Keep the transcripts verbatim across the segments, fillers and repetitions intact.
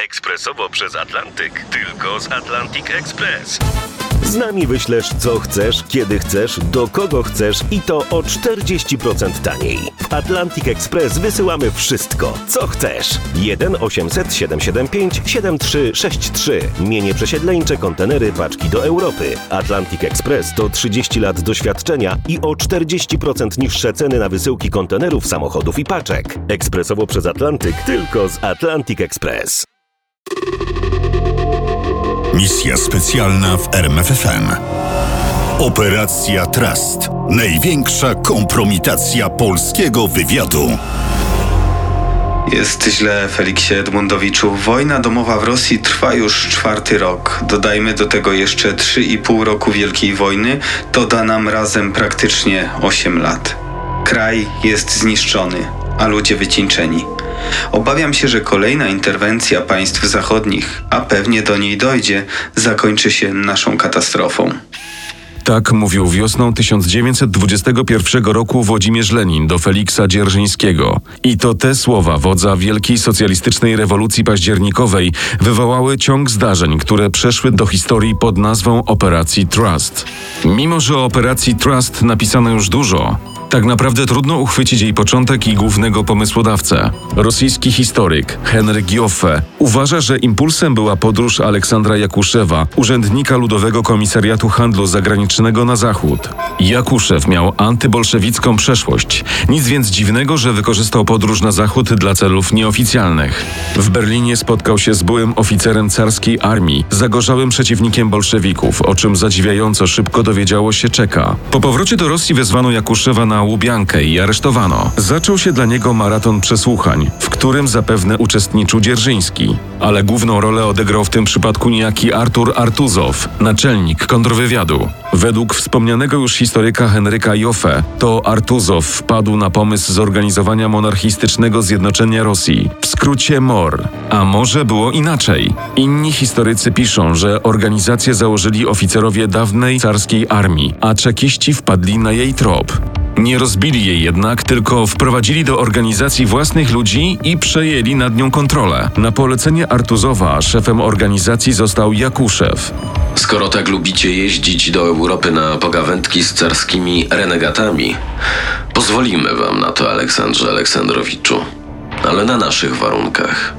Ekspresowo przez Atlantyk. Tylko z Atlantic Express. Z nami wyślesz co chcesz, kiedy chcesz, do kogo chcesz i to o czterdzieści procent taniej. W Atlantic Express wysyłamy wszystko, co chcesz. jeden osiemset siedemset siedemdziesiąt pięć siedemdziesiąt trzy sześćdziesiąt trzy. Mienie przesiedleńcze, kontenery, paczki do Europy. Atlantic Express to trzydzieści lat doświadczenia i o czterdzieści procent niższe ceny na wysyłki kontenerów, samochodów i paczek. Ekspresowo przez Atlantyk, tylko z Atlantic Express. Misja specjalna w R M F F M. Operacja Trust. Największa kompromitacja polskiego wywiadu. Jest źle, Feliksie Edmundowiczu. Wojna domowa w Rosji trwa już czwarty rok. Dodajmy do tego jeszcze trzy i pół roku Wielkiej Wojny. To da nam razem praktycznie osiem lat. Kraj jest zniszczony, a ludzie wycieńczeni. Obawiam się, że kolejna interwencja państw zachodnich, a pewnie do niej dojdzie, zakończy się naszą katastrofą. Tak mówił wiosną tysiąc dziewięćset dwudziestego pierwszego roku Włodzimierz Lenin do Feliksa Dzierżyńskiego. I to te słowa wodza wielkiej socjalistycznej rewolucji październikowej wywołały ciąg zdarzeń, które przeszły do historii pod nazwą Operacji Trust. Mimo że o Operacji Trust napisano już dużo, tak naprawdę trudno uchwycić jej początek i głównego pomysłodawcę. Rosyjski historyk Henryk Joffe uważa, że impulsem była podróż Aleksandra Jakuszewa, urzędnika Ludowego Komisariatu Handlu Zagranicznego na Zachód. Jakuszew miał antybolszewicką przeszłość. Nic więc dziwnego, że wykorzystał podróż na Zachód dla celów nieoficjalnych. W Berlinie spotkał się z byłym oficerem carskiej armii, zagorzałym przeciwnikiem bolszewików, o czym zadziwiająco szybko dowiedziało się Czeka. Po powrocie do Rosji wezwano Jakuszewa na Łubiankę i aresztowano. Zaczął się dla niego maraton przesłuchań, w którym zapewne uczestniczył Dzierżyński. Ale główną rolę odegrał w tym przypadku niejaki Artur Artuzow, naczelnik kontrwywiadu. Według wspomnianego już historyka Henryka Joffe, to Artuzow wpadł na pomysł zorganizowania monarchistycznego zjednoczenia Rosji, w skrócie M O R. A może było inaczej? Inni historycy piszą, że organizację założyli oficerowie dawnej carskiej armii, a czekiści wpadli na jej trop. Nie rozbili jej jednak, tylko wprowadzili do organizacji własnych ludzi i przejęli nad nią kontrolę. Na polecenie Artuzowa szefem organizacji został Jakuszew. Skoro tak lubicie jeździć do Europy na pogawędki z carskimi renegatami, pozwolimy wam na to, Aleksandrze Aleksandrowiczu, ale na naszych warunkach.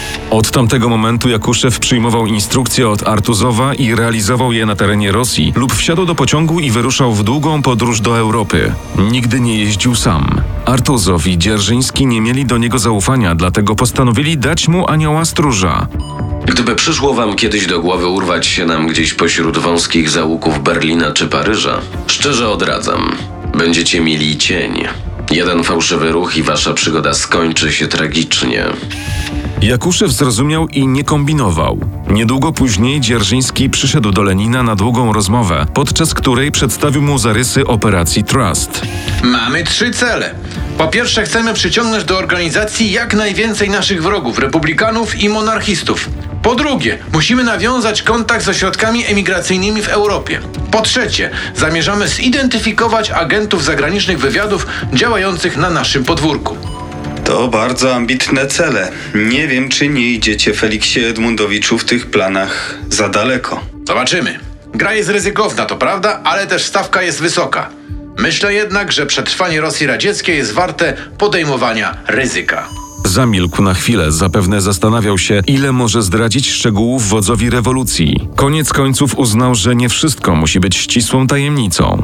Od tamtego momentu Jakuszew przyjmował instrukcje od Artuzowa i realizował je na terenie Rosji lub wsiadł do pociągu i wyruszał w długą podróż do Europy. Nigdy nie jeździł sam. Artuzow i Dzierżyński nie mieli do niego zaufania, dlatego postanowili dać mu anioła stróża. Gdyby przyszło wam kiedyś do głowy urwać się nam gdzieś pośród wąskich zaułków Berlina czy Paryża, szczerze odradzam. Będziecie mieli cień. Jeden fałszywy ruch i wasza przygoda skończy się tragicznie. Jakuszew zrozumiał i nie kombinował. Niedługo później Dzierżyński przyszedł do Lenina na długą rozmowę, podczas której przedstawił mu zarysy operacji Trust. Mamy trzy cele. Po pierwsze, chcemy przyciągnąć do organizacji jak najwięcej naszych wrogów, republikanów i monarchistów. Po drugie, musimy nawiązać kontakt z ośrodkami emigracyjnymi w Europie. Po trzecie, zamierzamy zidentyfikować agentów zagranicznych wywiadów działających na naszym podwórku. To bardzo ambitne cele. Nie wiem, czy nie idziecie, Feliksie Edmundowiczu, w tych planach za daleko. Zobaczymy. Gra jest ryzykowna, to prawda, ale też stawka jest wysoka. Myślę jednak, że przetrwanie Rosji radzieckiej jest warte podejmowania ryzyka. Zamilkł na chwilę, zapewne zastanawiał się, ile może zdradzić szczegółów wodzowi rewolucji. Koniec końców uznał, że nie wszystko musi być ścisłą tajemnicą.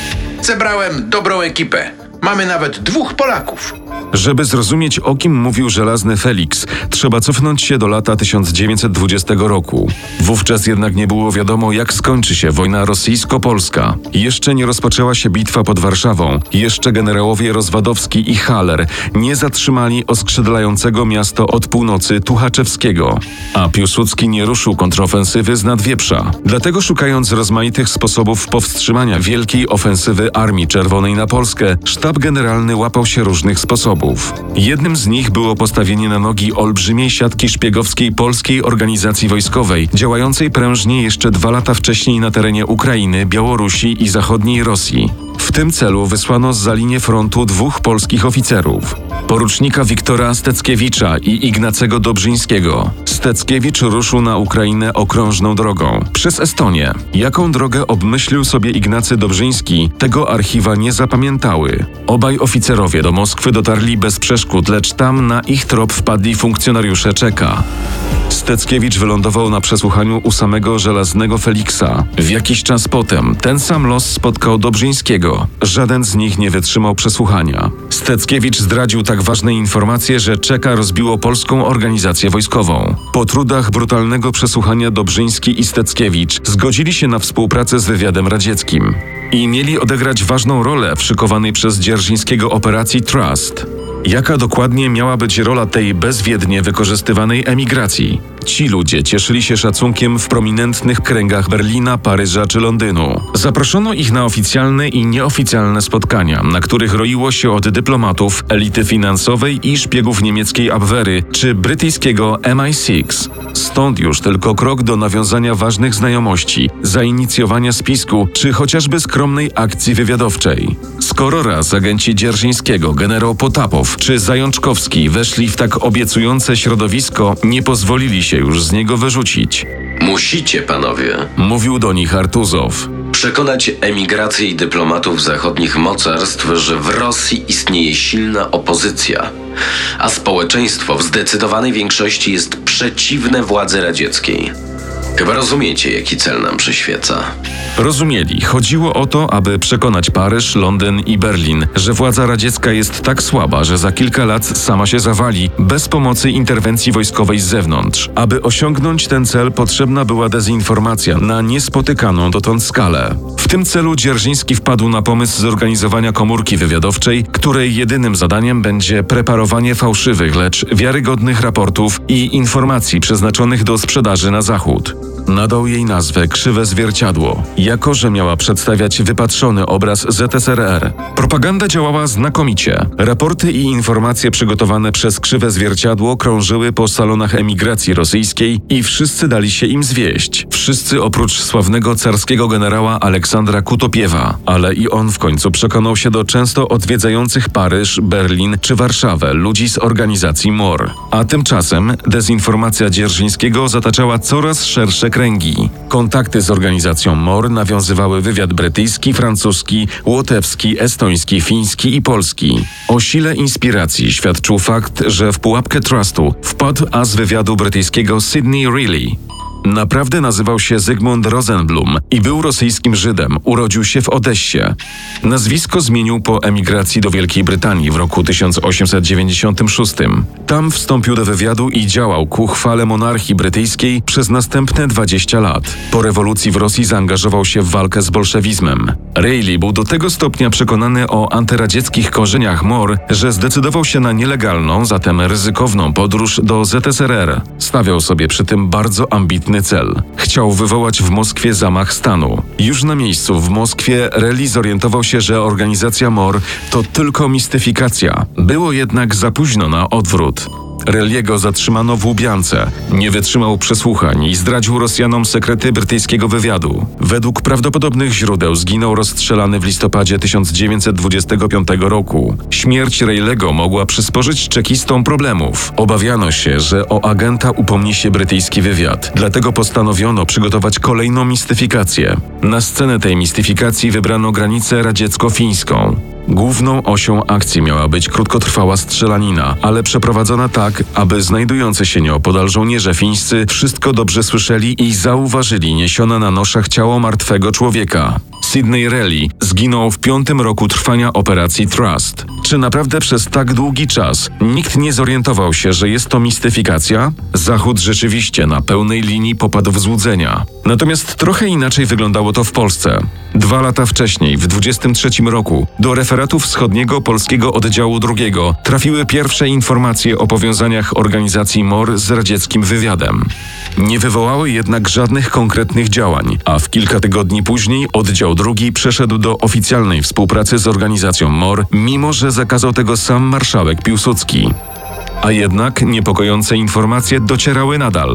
Zebrałem dobrą ekipę. Mamy nawet dwóch Polaków. Żeby zrozumieć, o kim mówił żelazny Feliks, trzeba cofnąć się do lata tysiąc dziewięćset dwudziestego roku. Wówczas jednak nie było wiadomo, jak skończy się wojna rosyjsko-polska. Jeszcze nie rozpoczęła się bitwa pod Warszawą. Jeszcze generałowie Rozwadowski i Haller nie zatrzymali oskrzydlającego miasto od północy Tuchaczewskiego. A Piłsudski nie ruszył kontrofensywy z Nadwieprza. Dlatego szukając rozmaitych sposobów powstrzymania wielkiej ofensywy Armii Czerwonej na Polskę, sztab generalny łapał się różnych sposobów. Jednym z nich było postawienie na nogi olbrzymiej siatki szpiegowskiej polskiej organizacji wojskowej, działającej prężnie jeszcze dwa lata wcześniej na terenie Ukrainy, Białorusi i zachodniej Rosji. W tym celu wysłano za linię frontu dwóch polskich oficerów. Porucznika Wiktora Steckiewicza i Ignacego Dobrzyńskiego. Steckiewicz ruszył na Ukrainę okrążną drogą, przez Estonię. Jaką drogę obmyślił sobie Ignacy Dobrzyński, tego archiwa nie zapamiętały. Obaj oficerowie do Moskwy dotarli bez przeszkód, lecz tam na ich trop wpadli funkcjonariusze Czeka. Steckiewicz wylądował na przesłuchaniu u samego żelaznego Feliksa. W jakiś czas potem ten sam los spotkał Dobrzyńskiego. Żaden z nich nie wytrzymał przesłuchania. Steckiewicz zdradził tak ważne informacje, że Czeka rozbiło polską organizację wojskową. Po trudach brutalnego przesłuchania Dobrzyński i Steckiewicz zgodzili się na współpracę z wywiadem radzieckim. I mieli odegrać ważną rolę w szykowanej przez Dzierżyńskiego operacji Trust. Jaka dokładnie miała być rola tej bezwiednie wykorzystywanej emigracji? Ci ludzie cieszyli się szacunkiem w prominentnych kręgach Berlina, Paryża czy Londynu. Zaproszono ich na oficjalne i nieoficjalne spotkania, na których roiło się od dyplomatów, elity finansowej i szpiegów niemieckiej Abwehry czy brytyjskiego M I sześć. Stąd już tylko krok do nawiązania ważnych znajomości, zainicjowania spisku czy chociażby skromnej akcji wywiadowczej. Skoro raz agenci Dzierżyńskiego, generał Potapow czy Zajączkowski weszli w tak obiecujące środowisko, nie pozwolili się już z niego wyrzucić. Musicie, panowie, Mówił do nich Artuzow. przekonać emigrację i dyplomatów zachodnich mocarstw, że w Rosji istnieje silna opozycja, a społeczeństwo w zdecydowanej większości jest przeciwne władzy radzieckiej. Chyba rozumiecie, jaki cel nam przyświeca. Rozumieli, chodziło o to, aby przekonać Paryż, Londyn i Berlin, że władza radziecka jest tak słaba, że za kilka lat sama się zawali, bez pomocy interwencji wojskowej z zewnątrz. Aby osiągnąć ten cel, potrzebna była dezinformacja na niespotykaną dotąd skalę. W tym celu Dzierżyński wpadł na pomysł zorganizowania komórki wywiadowczej, której jedynym zadaniem będzie preparowanie fałszywych, lecz wiarygodnych raportów i informacji przeznaczonych do sprzedaży na Zachód. Nadał jej nazwę Krzywe Zwierciadło, jako że miała przedstawiać wypatrzony obraz Z S R R. Propaganda działała znakomicie. Raporty i informacje przygotowane przez Krzywe Zwierciadło krążyły po salonach emigracji rosyjskiej i wszyscy dali się im zwieść. Wszyscy oprócz sławnego carskiego generała Aleksandra Kutopiewa, ale i on w końcu przekonał się do często odwiedzających Paryż, Berlin czy Warszawę ludzi z organizacji M O R. A tymczasem dezinformacja Dzierżyńskiego zataczała coraz szersze kręgi. Kontakty z organizacją M O R nawiązywały wywiad brytyjski, francuski, łotewski, estoński, fiński i polski. O sile inspiracji świadczył fakt, że w pułapkę trustu wpadł as wywiadu brytyjskiego Sidney Reilly. Naprawdę nazywał się Zygmunt Rosenblum i był rosyjskim Żydem, urodził się w Odessie. Nazwisko zmienił po emigracji do Wielkiej Brytanii w roku tysiąc osiemset dziewięćdziesiątym szóstym. Tam wstąpił do wywiadu i działał ku chwale monarchii brytyjskiej przez następne dwadzieścia lat. Po rewolucji w Rosji zaangażował się w walkę z bolszewizmem. Reilly był do tego stopnia przekonany o antyradzieckich korzeniach M O R, że zdecydował się na nielegalną, zatem ryzykowną podróż do Z S R R. Stawiał sobie przy tym bardzo ambitny cel. Chciał wywołać w Moskwie zamach stanu. Już na miejscu w Moskwie Reilly zorientował się, że organizacja M O R to tylko mistyfikacja. Było jednak za późno na odwrót. Reilly'ego zatrzymano w Łubiance. Nie wytrzymał przesłuchań i zdradził Rosjanom sekrety brytyjskiego wywiadu. Według prawdopodobnych źródeł zginął rozstrzelany w listopadzie tysiąc dziewięćset dwudziestego piątego roku. Śmierć Reilly'ego mogła przysporzyć czekistom problemów. Obawiano się, że o agenta upomni się brytyjski wywiad. Dlatego postanowiono przygotować kolejną mistyfikację. Na scenę tej mistyfikacji wybrano granicę radziecko-fińską. Główną osią akcji miała być krótkotrwała strzelanina, ale przeprowadzona tak, aby znajdujący się nieopodal żołnierze fińscy wszystko dobrze słyszeli i zauważyli niesione na noszach ciało martwego człowieka. Sidney Reilly zginął w piątym roku trwania operacji Trust. Czy naprawdę przez tak długi czas nikt nie zorientował się, że jest to mistyfikacja? Zachód rzeczywiście na pełnej linii popadł w złudzenia. Natomiast trochę inaczej wyglądało to w Polsce. Dwa lata wcześniej, w dwudziestym trzecim roku, do referatu wschodniego polskiego oddziału drugiego trafiły pierwsze informacje o powiązaniach organizacji M O R z radzieckim wywiadem. Nie wywołały jednak żadnych konkretnych działań, a w kilka tygodni później oddział drugi przeszedł do oficjalnej współpracy z organizacją M O R, mimo że zakazał tego sam marszałek Piłsudski. A jednak niepokojące informacje docierały nadal.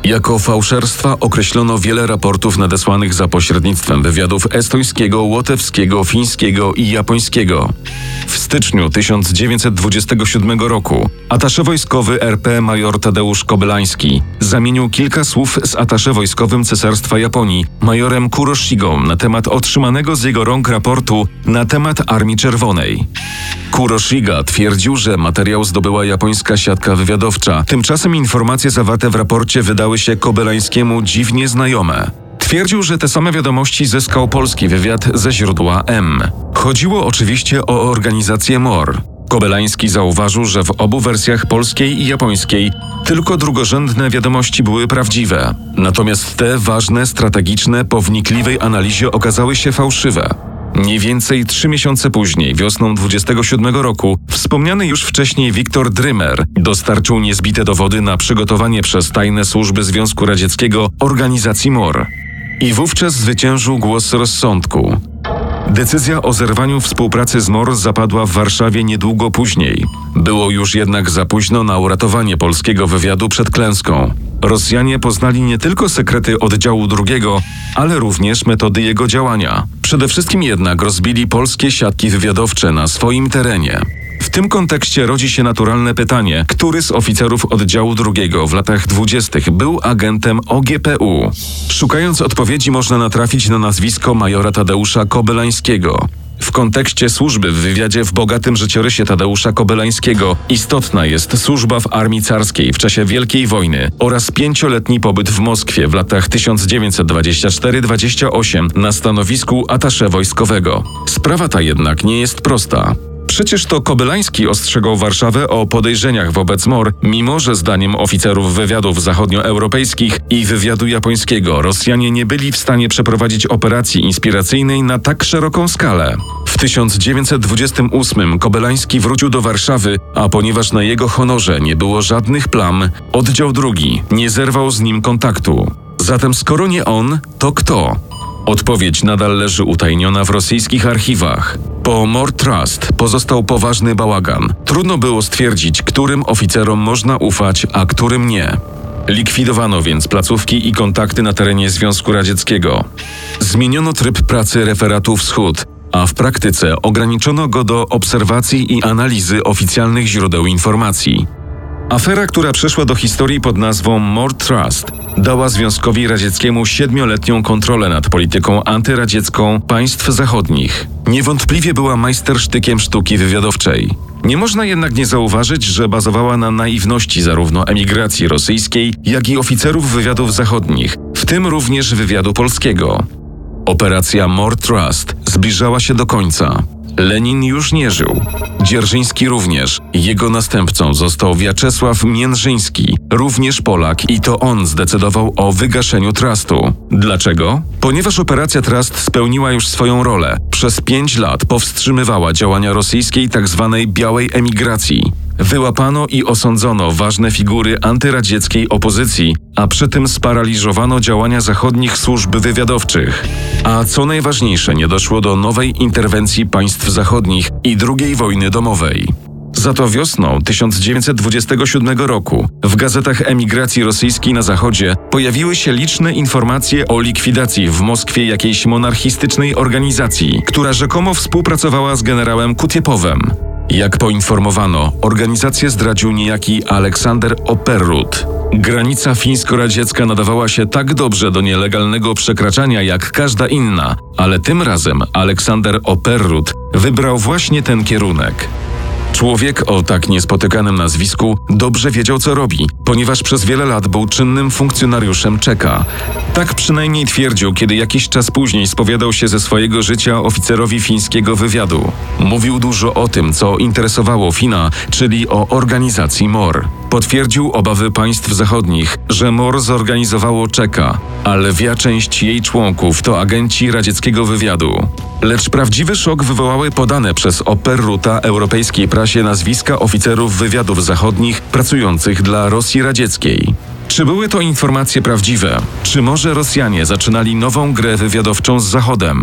Jako fałszerstwa określono wiele raportów nadesłanych za pośrednictwem wywiadów estońskiego, łotewskiego, fińskiego i japońskiego. W styczniu tysiąc dziewięćset dwudziestego siódmego roku atasze wojskowy R P major Tadeusz Kobelański zamienił kilka słów z atasze wojskowym Cesarstwa Japonii majorem Kuroshigą na temat otrzymanego z jego rąk raportu na temat Armii Czerwonej. Kuroshiga twierdził, że materiał zdobyła japońska siatka wywiadowcza. Tymczasem informacje zawarte w raporcie wydały się Kobelańskiemu dziwnie znajome. Twierdził, że te same wiadomości zyskał polski wywiad ze źródła M. Chodziło oczywiście o organizację M O R. Kobelański zauważył, że w obu wersjach polskiej i japońskiej tylko drugorzędne wiadomości były prawdziwe. Natomiast te ważne, strategiczne, po wnikliwej analizie okazały się fałszywe. Mniej więcej trzy miesiące później, wiosną dwudziestego siódmego roku, wspomniany już wcześniej Wiktor Drymer dostarczył niezbite dowody na przygotowanie przez tajne służby Związku Radzieckiego organizacji M O R. I wówczas zwyciężył głos rozsądku. Decyzja o zerwaniu współpracy z M O R zapadła w Warszawie niedługo później. Było już jednak za późno na uratowanie polskiego wywiadu przed klęską. Rosjanie poznali nie tylko sekrety oddziału drugiego, ale również metody jego działania. Przede wszystkim jednak rozbili polskie siatki wywiadowcze na swoim terenie. W tym kontekście rodzi się naturalne pytanie, który z oficerów oddziału drugiego w latach dwudziestych był agentem O G P U? Szukając odpowiedzi można natrafić na nazwisko majora Tadeusza Kobelańskiego. W kontekście służby w wywiadzie w bogatym życiorysie Tadeusza Kobelańskiego istotna jest służba w armii carskiej w czasie Wielkiej Wojny oraz pięcioletni pobyt w Moskwie w latach tysiąc dziewięćset dwudziestym czwartym do dwudziestego ósmego na stanowisku atasze wojskowego. Sprawa ta jednak nie jest prosta. Przecież to Kobelański ostrzegał Warszawę o podejrzeniach wobec M O R, mimo że zdaniem oficerów wywiadów zachodnioeuropejskich i wywiadu japońskiego Rosjanie nie byli w stanie przeprowadzić operacji inspiracyjnej na tak szeroką skalę. W tysiąc dziewięćset dwudziestym ósmym Kobelański wrócił do Warszawy, a ponieważ na jego honorze nie było żadnych plam, oddział drugi nie zerwał z nim kontaktu. Zatem skoro nie on, to kto? Odpowiedź nadal leży utajniona w rosyjskich archiwach. Po M O R Trust pozostał poważny bałagan. Trudno było stwierdzić, którym oficerom można ufać, a którym nie. Likwidowano więc placówki i kontakty na terenie Związku Radzieckiego. Zmieniono tryb pracy referatu Wschód, a w praktyce ograniczono go do obserwacji i analizy oficjalnych źródeł informacji. Afera, która przeszła do historii pod nazwą M O R Trust, dała Związkowi Radzieckiemu siedmioletnią kontrolę nad polityką antyradziecką państw zachodnich. Niewątpliwie była majstersztykiem sztuki wywiadowczej. Nie można jednak nie zauważyć, że bazowała na naiwności zarówno emigracji rosyjskiej, jak i oficerów wywiadów zachodnich, w tym również wywiadu polskiego. Operacja M O R Trust zbliżała się do końca. Lenin już nie żył. Dzierżyński również. Jego następcą został Wiaczesław Międrzyński, również Polak, i to on zdecydował o wygaszeniu trustu. Dlaczego? Ponieważ operacja Trust spełniła już swoją rolę. Przez pięć lat powstrzymywała działania rosyjskiej tzw. białej emigracji. Wyłapano i osądzono ważne figury antyradzieckiej opozycji, a przy tym sparaliżowano działania zachodnich służb wywiadowczych. A co najważniejsze, nie doszło do nowej interwencji państw zachodnich i drugiej wojny domowej. Za to wiosną tysiąc dziewięćset dwudziestego siódmego roku w gazetach emigracji rosyjskiej na zachodzie pojawiły się liczne informacje o likwidacji w Moskwie jakiejś monarchistycznej organizacji, która rzekomo współpracowała z generałem Kutiepowem. Jak poinformowano, organizację zdradził niejaki Aleksander Operrut. Granica fińsko-radziecka nadawała się tak dobrze do nielegalnego przekraczania jak każda inna, ale tym razem Aleksander Operrut wybrał właśnie ten kierunek. Człowiek o tak niespotykanym nazwisku dobrze wiedział, co robi, ponieważ przez wiele lat był czynnym funkcjonariuszem Czeka. Tak przynajmniej twierdził, kiedy jakiś czas później spowiadał się ze swojego życia oficerowi fińskiego wywiadu. Mówił dużo o tym, co interesowało Fina, czyli o organizacji M O R. Potwierdził obawy państw zachodnich, że M O R zorganizowało Czeka, a lwia część jej członków to agenci radzieckiego wywiadu. Lecz prawdziwy szok wywołały podane przez Operruta europejskiej prasie nazwiska oficerów wywiadów zachodnich pracujących dla Rosji radzieckiej. Czy były to informacje prawdziwe? Czy może Rosjanie zaczynali nową grę wywiadowczą z Zachodem?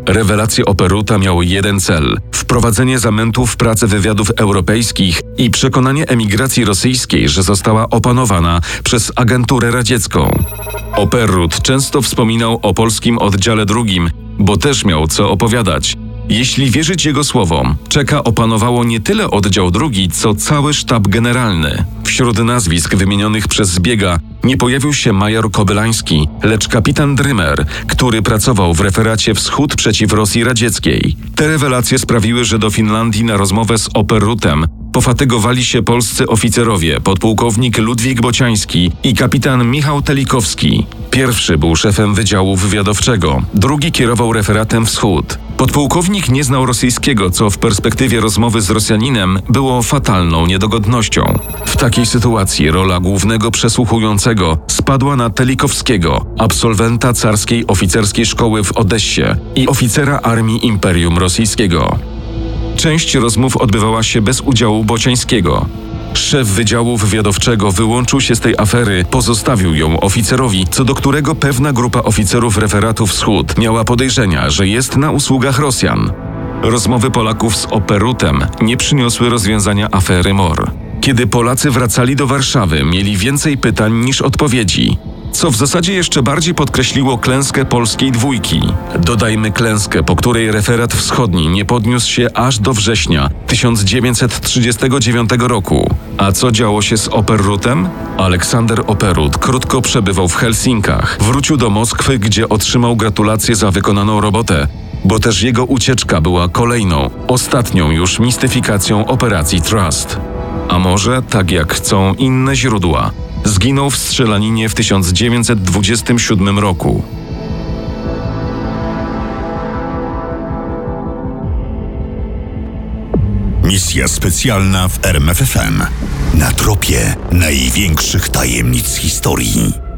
Rewelacje Operuta miały jeden cel – wprowadzenie zamętu w pracę wywiadów europejskich i przekonanie emigracji rosyjskiej, że została opanowana przez agenturę radziecką. Operut często wspominał o polskim oddziale drugim, bo też miał co opowiadać. Jeśli wierzyć jego słowom, Czeka opanowało nie tyle oddział drugi, co cały sztab generalny. Wśród nazwisk wymienionych przez Zbiega nie pojawił się major Kobylański, lecz kapitan Drymer, który pracował w referacie Wschód przeciw Rosji Radzieckiej. Te rewelacje sprawiły, że do Finlandii na rozmowę z Operutem pofatygowali się polscy oficerowie, podpułkownik Ludwik Bociański i kapitan Michał Telikowski. Pierwszy był szefem Wydziału Wywiadowczego, drugi kierował referatem Wschód. Podpułkownik nie znał rosyjskiego, co w perspektywie rozmowy z Rosjaninem było fatalną niedogodnością. W takiej sytuacji rola głównego przesłuchującego spadła na Telikowskiego, absolwenta carskiej oficerskiej szkoły w Odessie i oficera armii Imperium Rosyjskiego. Część rozmów odbywała się bez udziału Bociańskiego. Szef Wydziału Wywiadowczego wyłączył się z tej afery, pozostawił ją oficerowi, co do którego pewna grupa oficerów referatu Wschód miała podejrzenia, że jest na usługach Rosjan. Rozmowy Polaków z Operutem nie przyniosły rozwiązania afery M O R. Kiedy Polacy wracali do Warszawy, mieli więcej pytań niż odpowiedzi, co w zasadzie jeszcze bardziej podkreśliło klęskę polskiej dwójki. Dodajmy klęskę, po której referat wschodni nie podniósł się aż do września tysiąc dziewięćset trzydziestego dziewiątego roku. A co działo się z Operutem? Aleksander Operut krótko przebywał w Helsinkach. Wrócił do Moskwy, gdzie otrzymał gratulacje za wykonaną robotę, bo też jego ucieczka była kolejną, ostatnią już mistyfikacją operacji Trust. A może, tak jak chcą inne źródła, zginął w strzelaninie w tysiąc dziewięćset dwudziestym siódmym roku. Misja specjalna w R M F F M. Na tropie największych tajemnic historii.